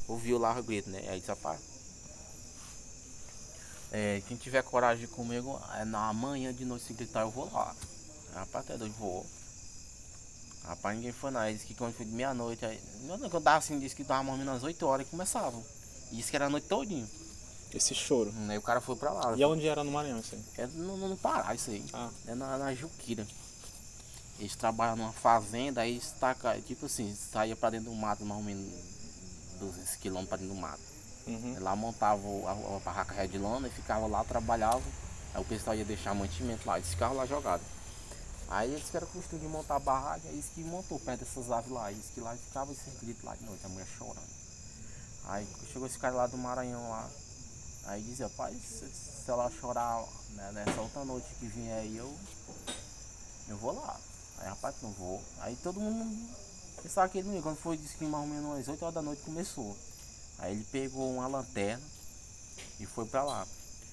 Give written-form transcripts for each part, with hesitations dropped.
ouviu lá o grito, né? Aí disse, rapaz, quem tiver coragem comigo, na manhã de noite se gritar eu vou lá. Rapaz, até doido, vou. Rapaz, ninguém foi não. Ele disse que quando foi de meia-noite, aí. Quando eu dava assim, disse que dava mais ou menos às 8 horas e começavam. E disse que era a noite todinha. Esse choro. Aí o cara foi pra lá. E aonde era no Maranhão isso aí? É no Pará isso aí. Ah. É na Juquira. Eles trabalham numa fazenda, aí estaca, tipo assim, saía pra dentro do mato, mais ou menos 200 quilômetros pra dentro do mato. Uhum. Lá montava a barraca ré de lona e ficava lá, trabalhava. Aí o pessoal ia deixar mantimento lá, eles ficavam lá jogados. Aí eles que era costume de montar a barraca, eles que montou perto dessas aves lá, eles que lá ficava esse grito lá de noite, a mulher chorando. Aí chegou esse cara lá do Maranhão lá, aí dizia, pai, se ela chorar, né, nessa outra noite que vier aí, eu vou lá. Aí rapaz, não vou. Aí todo mundo pensava que ele não ia. Quando foi, disse que mais ou menos às 8 horas da noite começou. Aí ele pegou uma lanterna e foi pra lá.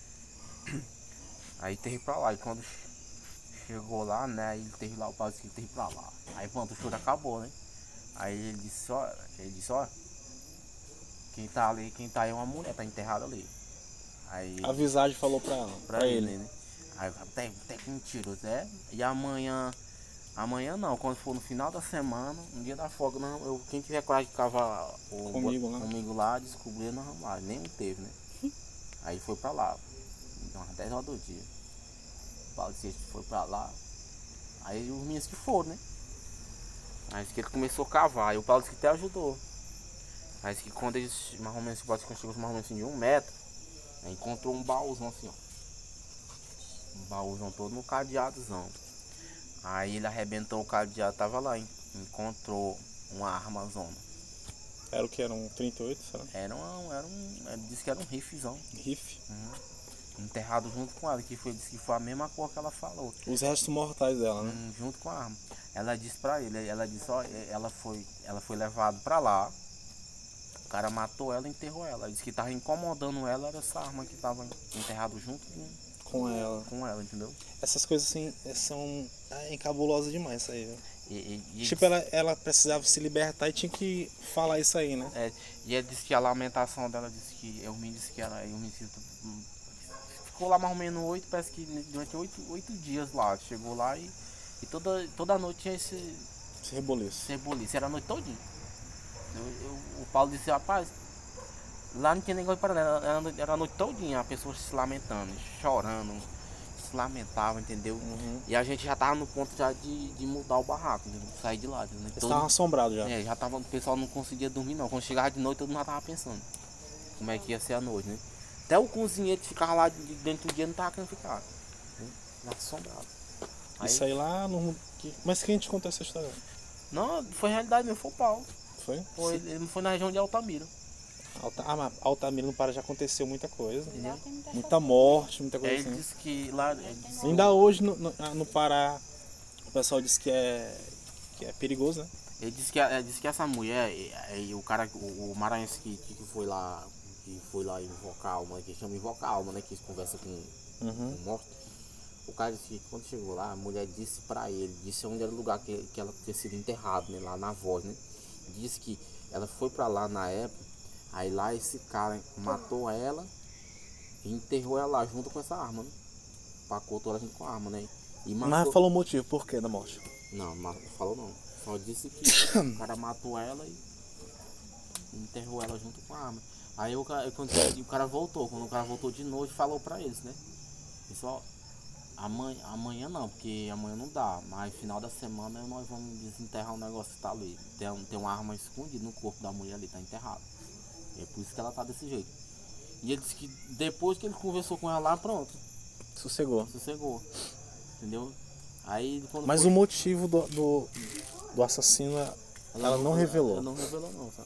Aí teve pra lá. E quando chegou lá, né, aí ele teve lá, o pai disse que ele teve pra lá. Aí pronto, o choro acabou, né? Aí ele disse, ó, quem tá ali, quem tá aí é uma mulher, tá enterrada ali. Aí A visagem falou pra ela. pra ele, né? Aí eu falei, até que mentiroso, é? E amanhã não, quando for no final da semana, no dia da folga, não, quem tiver coragem de cavar comigo lá, descobrir, nós vamos lá. Nem teve, né? Aí foi pra lá, então, às 10 horas do dia. O Paulo disse que foi pra lá. Aí os meninos que foram, né? Aí disse que ele começou a cavar, aí o Paulo disse que até ajudou. Aí disse que quando eles, mais ou menos, quando chegou mais ou menos assim, de 1 metro, aí encontrou um baúzão assim, ó. Um baúzão todo no cadeadozão. Aí ele arrebentou o cadeado, tava lá, hein? Encontrou uma armazona. Era o que? Era um 38, sabe? Ele disse que era um riflezão. Rifle? Enterrado junto com ela, disse que foi a mesma cor que ela falou. Os restos mortais dela, né? Junto com a arma. Ela disse pra ele, ela disse, ó, ela foi levada pra lá. O cara matou ela e enterrou ela. Ele disse que tava incomodando ela, era essa arma que tava enterrado junto com ela, entendeu? Essas coisas assim são encabulosas demais, isso aí, viu? Tipo, disse, ela precisava se libertar e tinha que falar isso aí, né? E ele disse que a lamentação dela, eu me disse que ficou lá mais ou menos 8, parece que durante 8 dias lá. Chegou lá e toda noite tinha esse reboliço. Era a noite todinha. O Paulo disse, rapaz, lá não tinha negócio para nada, era a noite todinha, a pessoa se lamentando, chorando, se lamentava, entendeu? E a gente já tava no ponto já de mudar o barraco, de sair de lá. Eles estavam assombrados já. Já tava, o pessoal não conseguia dormir não. Quando chegava de noite todo mundo já tava pensando como é que ia ser a noite, né? Até o cozinheiro que ficava lá dentro do dia não tava querendo ficar, né? Assombrado. Isso aí lá no... Mas quem te contou essa história? Não, foi realidade mesmo, foi o Paulo. Foi? Ele foi na região de Altamira. Mas Altamira no Pará já aconteceu muita coisa. Muita morte, muita coisa assim. Ele disse que lá... Ainda hoje no Pará o pessoal diz que é perigoso, né? Ele disse que essa mulher, o cara, o maranhense que foi lá invocar a alma, que chama invocar a alma, né? Que conversa com morto. O cara disse que quando chegou lá, a mulher disse pra ele, disse onde era o lugar que ela tinha sido enterrada, né? Lá na Voz, né? Disse que ela foi pra lá na época, aí lá esse cara matou ela e enterrou ela lá junto com essa arma, né? Pacotou ela junto com a arma, né? Mas falou o motivo, por que da morte? Não falou não. Só disse que o cara matou ela e enterrou ela junto com a arma. Aí o cara voltou, quando o cara voltou de noite, falou pra eles, né? Disse, ó, amanhã não, porque amanhã não dá, mas final da semana nós vamos desenterrar um negócio que tá ali. Tem uma arma escondida no corpo da mulher ali, tá enterrado. É por isso que ela tá desse jeito. E ele disse que depois que ele conversou com ela lá, pronto. Sossegou. Entendeu? Aí, mas o motivo do assassino ela não revelou. Ela não revelou não, sabe?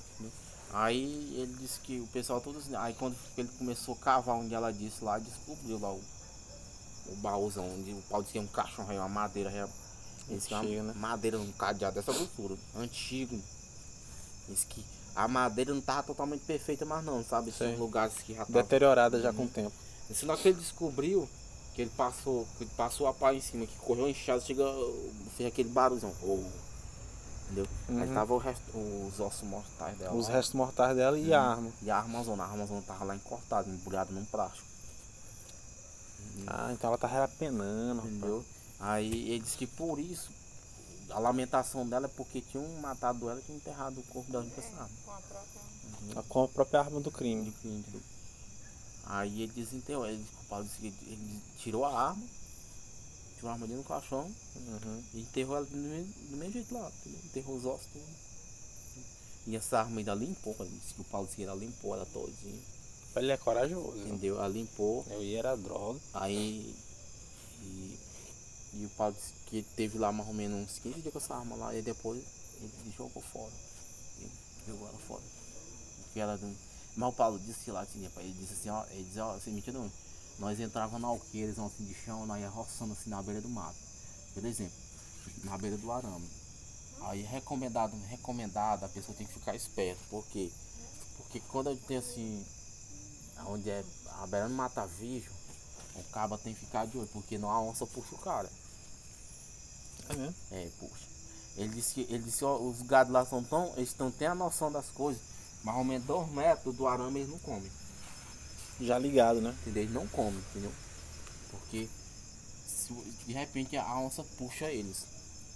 Aí ele disse que o pessoal todo assim, aí quando ele começou a cavar onde ela disse lá, descobriu lá o baúzão, onde o pau disse que é um caixão, uma madeira, né? Madeira, um cadeado dessa grossura, antigo. Disse que a madeira não estava totalmente perfeita, mas não, sabe? São lugares que já deteriorada já com o tempo. Esse na que ele descobriu, que ele passou a pá em cima, que correu enxado, fez aquele barulhão. entendeu? Aí tava os ossos mortais dela. Os restos mortais dela e a arma. E a armazona tava lá encortada, embrulhada num plástico. Ah, então ela tava penando, entendeu? Aí ele disse que por isso, a lamentação dela é porque tinham matado ela e tinham enterrado o corpo dela com essa arma. Com a própria arma do crime. Entendeu? Aí ele desenterrou, ele tirou a arma ali no caixão e enterrou ela do mesmo jeito lá, entendeu? Enterrou os ossos tudo. E essa arma ainda limpou, ele disse que o Paulo Siqueira limpou ela todinha. Ele é corajoso. Entendeu? Ela limpou. Eu ia era droga. Aí. E o Paulo disse que ele teve lá mais ou menos uns 15 dias com essa arma lá e depois ele jogou fora. Ele jogou ela fora. Porque ela não... Mas o Paulo disse lá assim, ele disse assim, ó, sem mentira não. Nós entrava na alqueires assim de chão, nós ia roçando assim na beira do mato. Por exemplo, na beira do arame. Aí recomendado, a pessoa tem que ficar esperta. Por quê? Porque quando tem assim, onde é a beira do mata virgem, o cabo tem que ficar de olho, porque não a onça puxa o cara. É mesmo? É, puxa. Ele disse ó, os gados lá são tão, eles têm a noção das coisas, mais ou menos 2 metros do arame eles não comem. Já ligado, né? Entendeu? Eles não comem, entendeu? Porque se, de repente a onça puxa eles.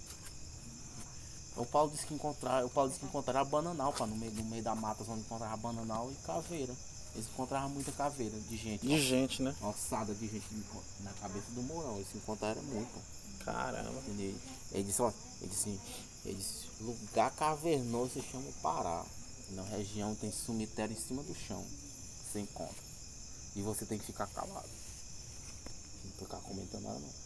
O Paulo disse que encontraram bananal, pá, no meio da mata, onde encontrava bananal e caveira. Eles encontravam muita caveira de gente. De gente, né? Ossada de gente na cabeça do Mourão. Eles encontraram muito. Caramba. Entendeu? Ele disse, lugar cavernoso se chama Pará. Na região tem cemitério em cima do chão. Você encontra. E você tem que ficar calado. Não ficar comentando nada não.